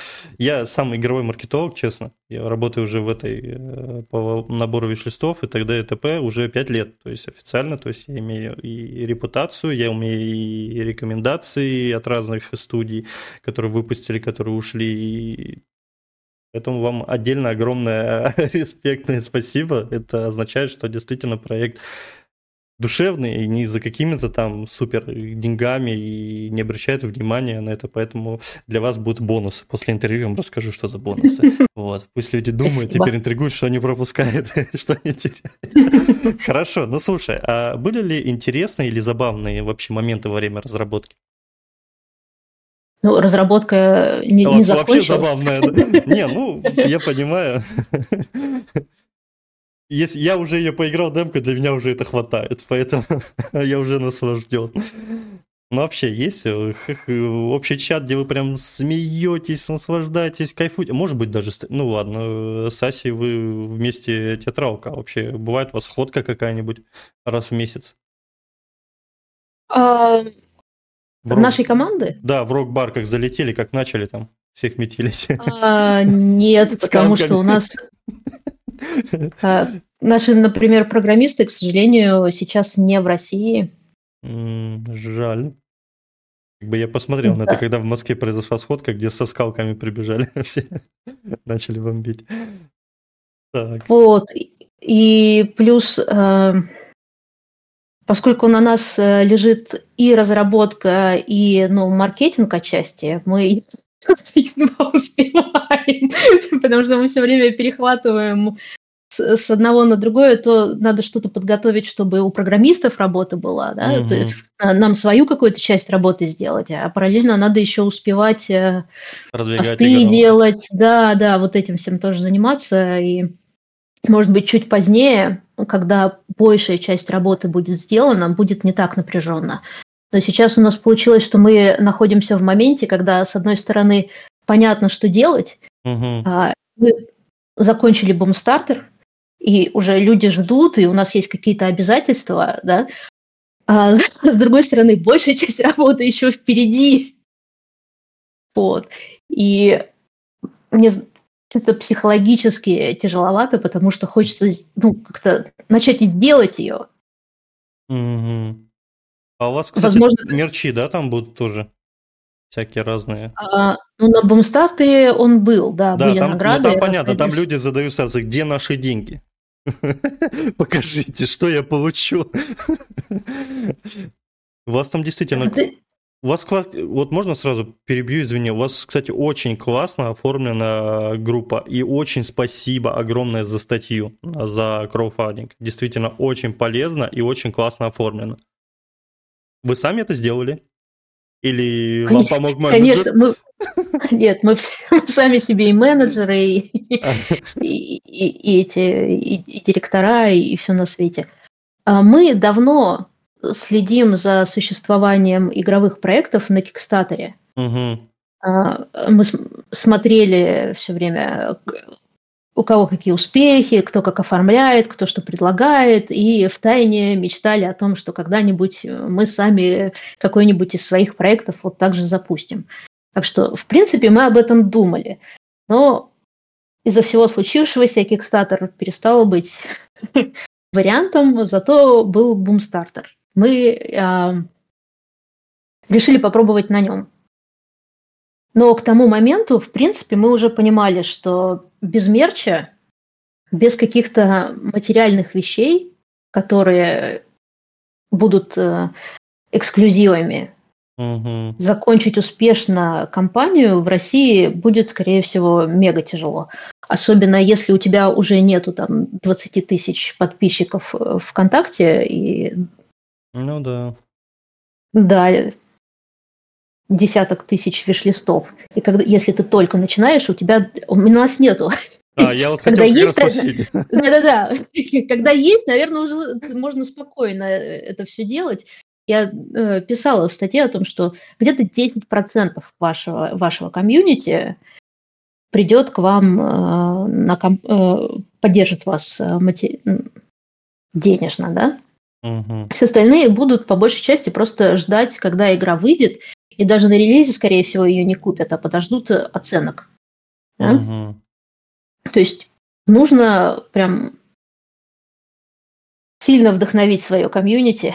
Я сам игровой маркетолог, честно, я работаю уже в этой, э, по набору виш-листов и т.д. и т.п. уже пять лет, то есть официально, то есть я имею и репутацию, я умею и рекомендации от разных студий, которые выпустили, которые ушли, и поэтому вам отдельно огромное респектное спасибо. Это означает, что действительно проект душевный и не за какими-то там супер деньгами и не обращает внимания на это, поэтому для вас будут бонусы. После интервью я вам расскажу, что за бонусы. Вот. Пусть люди думают, Спасибо. теперь интригуют, что они пропускают, что они теряют. Хорошо, ну слушай, а были ли интересные или забавные вообще моменты во время разработки? Ну, разработка не, не Вот, вообще закончилась. забавная, да? Не, ну, я понимаю. Если я уже ее поиграл демко, для меня уже это хватает, поэтому я уже наслажден. Ну, вообще, есть э, х- х- общий чат, где вы прям смеетесь, наслаждаетесь, кайфуете? Может быть, даже, с- ну ладно, э, с Асей вы вместе театралка. Вообще, бывает у вас сходка какая-нибудь раз в месяц? А, В рок... Нашей команды? Да, в рок-бар как залетели, как начали там всех метились. А, нет, С потому что камками. у нас а, наши, например, программисты, к сожалению, сейчас не в России. М, Жаль. Как бы я посмотрел на это, Да. когда в Москве произошла сходка, где со скалками прибежали все, начали бомбить. Так. Вот. И плюс, э, поскольку на нас э, лежит и разработка, и ну, маркетинг отчасти, мы просто едва успеваем, потому что мы все время перехватываем с, с одного на другое, то надо что-то подготовить, чтобы у программистов работа была, да, то, Мгм. нам свою какую-то часть работы сделать, а параллельно надо еще успевать э, Продвигать посты игру. делать, да, да, вот этим всем тоже заниматься, и может быть, чуть позднее, когда большая часть работы будет сделана, будет не так напряженно. Но сейчас у нас получилось, что мы находимся в моменте, когда, с одной стороны, понятно, что делать. Мгм. а, Мы закончили бумстартер, и уже люди ждут, и у нас есть какие-то обязательства, да. А с другой стороны, большая часть работы еще впереди. Вот. И мне это психологически тяжеловато, потому что хочется ну, как-то начать и делать ее. Мгм. А у вас, кстати, Возможно, мерчи, да, там будут тоже всякие разные? а, ну, на бумстарте он был, да, Да, были там, ну награды, там понятно, там расходились. люди задают сразу, где наши деньги? Покажите, что я получу. У вас там действительно... Это- У вас, кла- вот можно сразу перебью, извини, у вас, кстати, очень классно оформлена группа, и очень спасибо огромное за статью, за краудфандинг. Действительно, очень полезно и очень классно оформлено. Вы сами это сделали? Или вам Конечно, помог менеджер? конечно, мы, нет, мы, все, мы сами себе и менеджеры, и, и, и- и эти, и, и директора, и, все на свете. А Мы давно следим за существованием игровых проектов на Кикстатере. Мгм. А, Мы с- смотрели все время, у кого какие успехи, кто как оформляет, кто что предлагает, и втайне мечтали о том, что когда-нибудь мы сами какой-нибудь из своих проектов вот так же запустим. Так что, в принципе, мы об этом думали. Но из-за всего случившегося Kickstarter перестал быть вариантом, зато был Boomstarter. Мы а, решили попробовать на нем. Но к тому моменту, в принципе, мы уже понимали, что без мерча, без каких-то материальных вещей, которые будут э, эксклюзивами, Мгм. закончить успешно кампанию в России будет, скорее всего, мега тяжело. Особенно если у тебя уже нету там двадцать тысяч подписчиков э, ВКонтакте и, Ну да. да, десяток тысяч виш-листов. И когда, если ты только начинаешь, у тебя у нас нету. А, я вот Когда хотел как раз есть, спросить. да-да-да, когда есть, наверное, уже можно спокойно это все делать. Я э, писала в статье о том, что где-то десять процентов вашего, вашего комьюнити придет к вам, э, на ком- э, поддержит вас э, мате- м, денежно, да? Мгм. Все остальные будут по большей части просто ждать, когда игра выйдет, и даже на релизе, скорее всего, ее не купят, а подождут э, оценок. Да? Мгм. То есть нужно прям сильно вдохновить свое комьюнити.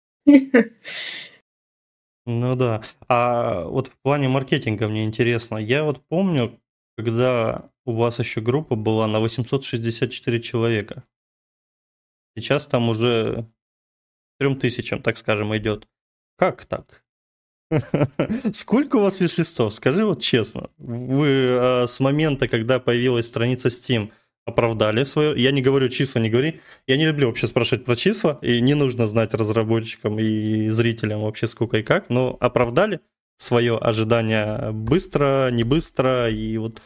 Ну да. А вот в плане маркетинга мне интересно. Я вот помню, когда у вас еще группа была на восемьсот шестьдесят четыре человека. Сейчас там уже трем тысячам, так скажем, идет. Как так? Сколько у вас виш-листов? Скажи вот честно. Вы э, с момента, когда появилась страница Steam, оправдали свое. Я не говорю числа, не говори. Я не люблю вообще спрашивать про числа, и не нужно знать разработчикам и зрителям вообще сколько и как, но оправдали свое ожидание быстро, не быстро, и вот...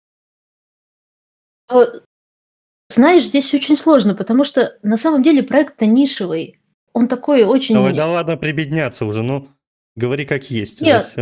Э, Знаешь, здесь очень сложно, потому что на самом деле проект-то нишевый. Он такой Давай, очень... да ладно прибедняться уже, ну, говори как есть уже Нет, все.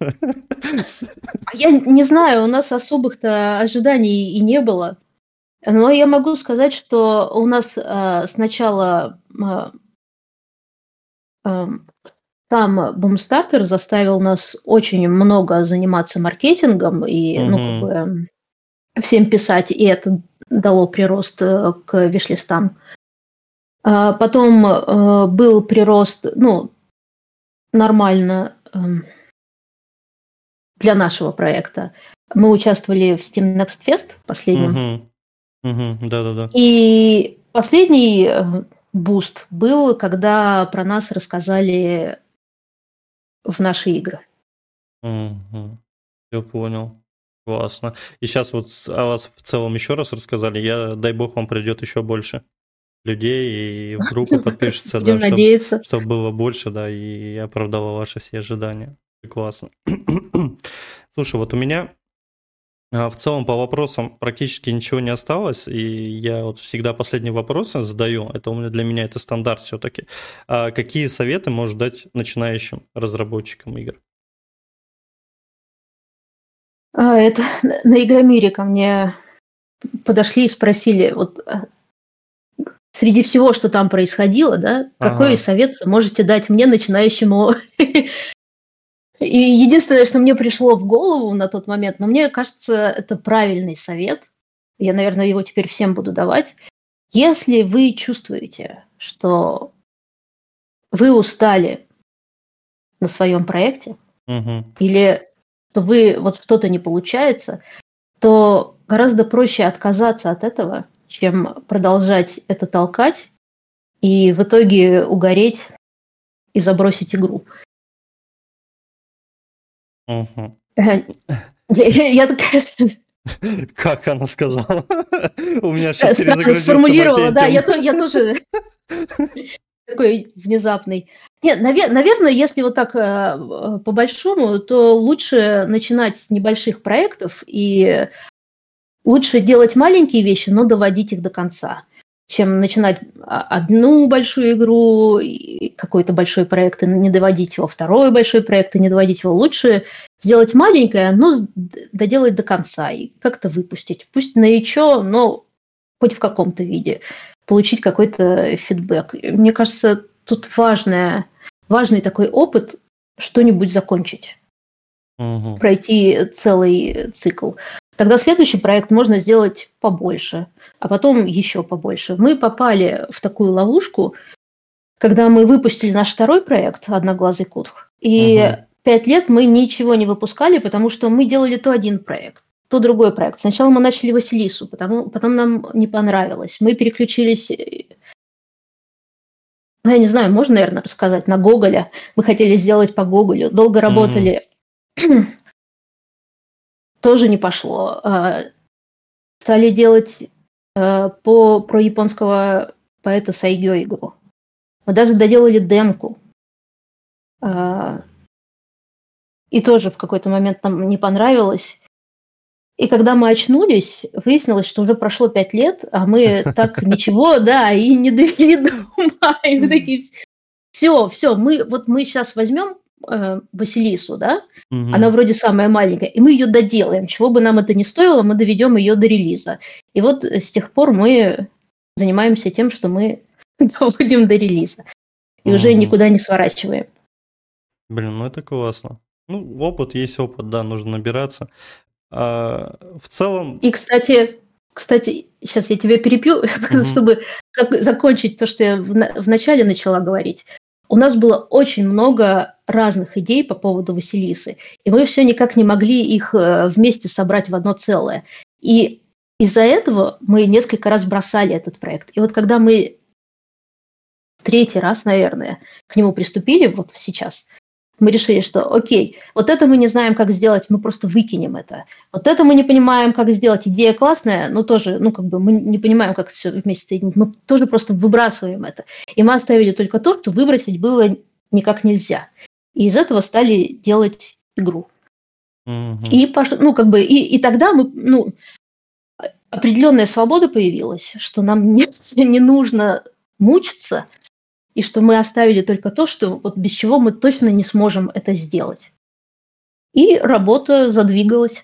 а я не знаю, у нас особых-то ожиданий и не было. Но я могу сказать, что у нас э, сначала э, эм, сам Boomstarter заставил нас очень много заниматься маркетингом и, ну, как Мгм. бы всем писать, и это дало прирост э, к виш-листам. А потом э, был прирост, ну, нормально эм, для нашего проекта. Мы участвовали в Steam Next Fest последнем, Мгм. Мгм. Да-да-да. и последний э, буст был, когда про нас рассказали в наши игры. Мгм. Я понял. Классно. И сейчас вот о вас в целом еще раз рассказали. Я, дай бог, вам придет еще больше людей и в группы подпишется, Будем да, чтобы надеяться. чтоб было больше, да, и оправдало ваши все ожидания. Классно. Слушай, вот у меня а, в целом по вопросам практически ничего не осталось, и я вот всегда последние вопросы задаю. Это у меня для меня это стандарт все-таки. А какие советы можешь дать начинающим разработчикам игр? А, это на на Игромире ко мне подошли и спросили, вот а, среди всего, что там происходило, да, какой Ага. совет вы можете дать мне, начинающему? И единственное, что мне пришло в голову на тот момент, но мне кажется, это правильный совет. Я, наверное, его теперь всем буду давать. Если вы чувствуете, что вы устали на своем проекте Мгм. или что вы вот что-то не получается, то гораздо проще отказаться от этого, чем продолжать это толкать и в итоге угореть и забросить игру. Мгм. Э, Я, я- я такая Как она сказала? У меня сейчас стра- странно перезагрузился сформулировала, да, Мапентиум. я, то, я тоже такой внезапный. Нет, наве- наверное, если вот так э, э, по-большому, то лучше начинать с небольших проектов и лучше делать маленькие вещи, но доводить их до конца, чем начинать а, одну большую игру, и какой-то большой проект, и не доводить его, второй большой проект, и не доводить его. Лучше сделать маленькое, но с- д- доделать до конца и как-то выпустить. Пусть на ячо, но хоть в каком-то виде. Получить какой-то фидбэк. И мне кажется, тут важное, важный такой опыт что-нибудь закончить, Мгм. пройти целый цикл. Тогда следующий проект можно сделать побольше, а потом еще побольше. Мы попали в такую ловушку, когда мы выпустили наш второй проект «Одноглазый Кутх», и Мгм. пять лет мы ничего не выпускали, потому что мы делали то один проект, то другой проект. Сначала мы начали Василису, потому, потом нам не понравилось. Мы переключились, э, ну, я не знаю, можно, наверное, рассказать, на Гоголя. Мы хотели сделать по Гоголю. Долго Мгм. работали, тоже не пошло. А, Стали делать э, по, про японского поэта Сайгё игру. Мы даже доделали демку. А, И тоже в какой-то момент нам не понравилось. И когда мы очнулись, выяснилось, что уже прошло пять лет, а мы так ничего, да, и не довели до ума. И мы такие, все, все, мы, вот мы сейчас возьмем э, Василису, да, она Мгм. вроде самая маленькая, и мы ее доделаем. Чего бы нам это ни стоило, мы доведем ее до релиза. И вот э, с тех пор мы занимаемся тем, что мы доводим до релиза. И уже Мгм. никуда не сворачиваем. Блин, ну это классно. Ну, опыт есть опыт, да, нужно набираться. А, в целом, И, кстати, кстати, сейчас я тебя перебью, мгм. чтобы зак- закончить то, что я в, на- в начале начала говорить. У нас было очень много разных идей по поводу Василисы, и мы все никак не могли их э, вместе собрать в одно целое. И из-за этого мы несколько раз бросали этот проект. И вот когда мы третий раз, наверное, к нему приступили, вот сейчас, мы решили, что окей, вот это мы не знаем, как сделать, мы просто выкинем это. Вот это мы не понимаем, как сделать, идея классная, но тоже, ну, как бы мы не понимаем, как все вместе соединить, мы тоже просто выбрасываем это. И мы оставили только то, что выбросить было никак нельзя. И из этого стали делать игру. Мгм. И, пош... ну, как бы, и, и тогда мы, ну, определенная свобода появилась, что нам не, не нужно мучиться, и что мы оставили только то, что вот без чего мы точно не сможем это сделать. И работа задвигалась.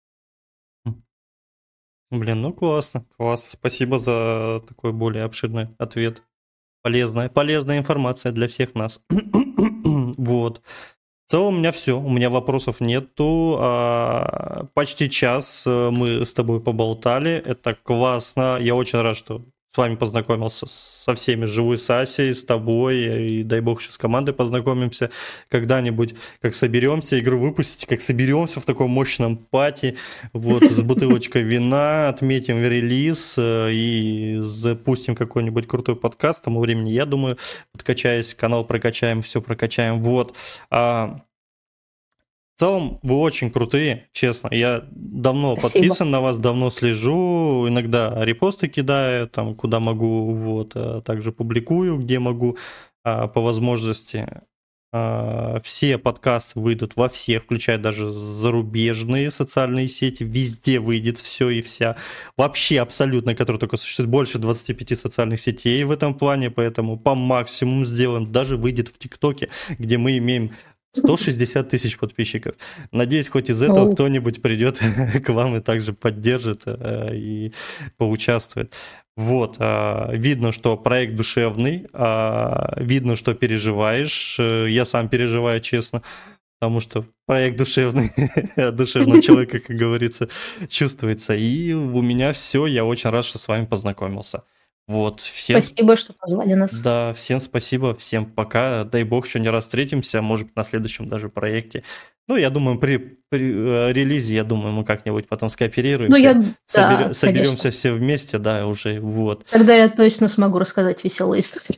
Блин, ну классно, классно. Спасибо за такой более обширный ответ. Полезная, полезная информация для всех нас. Вот. В целом у меня все, у меня вопросов нету. А, почти час мы с тобой поболтали, это классно. Я очень рад, что с вами познакомился со всеми, живу с Асей, с тобой, и дай бог еще с командой познакомимся когда-нибудь, как соберемся, игру выпустите, как соберемся в таком мощном пати, вот, с бутылочкой вина, отметим релиз и запустим какой-нибудь крутой подкаст. К тому времени, я думаю, подкачаясь, канал прокачаем, все прокачаем, вот. А в целом, вы очень крутые, честно. Я давно Спасибо. подписан на вас, давно слежу, иногда репосты кидаю, там, куда могу, вот, а также публикую, где могу, а, по возможности. А, все подкасты выйдут во всех, включая даже зарубежные социальные сети, везде выйдет все и вся. Вообще абсолютно, которые только существует, больше двадцати пяти социальных сетей в этом плане, поэтому по максимуму сделаем. Даже выйдет в ТикТоке, где мы имеем сто шестьдесят тысяч подписчиков. Надеюсь, хоть из этого Оу. кто-нибудь придет к вам и также поддержит э, и поучаствует. Вот, э, видно, что проект душевный, э, видно, что переживаешь. Э, Я сам переживаю, честно, потому что проект душевный, от душевного человека, как говорится, чувствуется. И у меня все, я очень рад, что с вами познакомился. Вот, всем Спасибо, что позвали нас. да, всем спасибо, всем пока. Дай бог, еще не раз встретимся, может быть, на следующем даже проекте. Ну, я думаю, при, при э, релизе, я думаю, мы как-нибудь потом Ну, скооперируемся, я, собере- да, соберемся конечно. все вместе, да, уже, вот. Тогда я точно смогу рассказать веселые истории.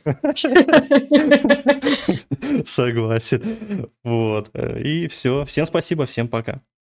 Согласен. Вот. И все. Всем спасибо, всем пока.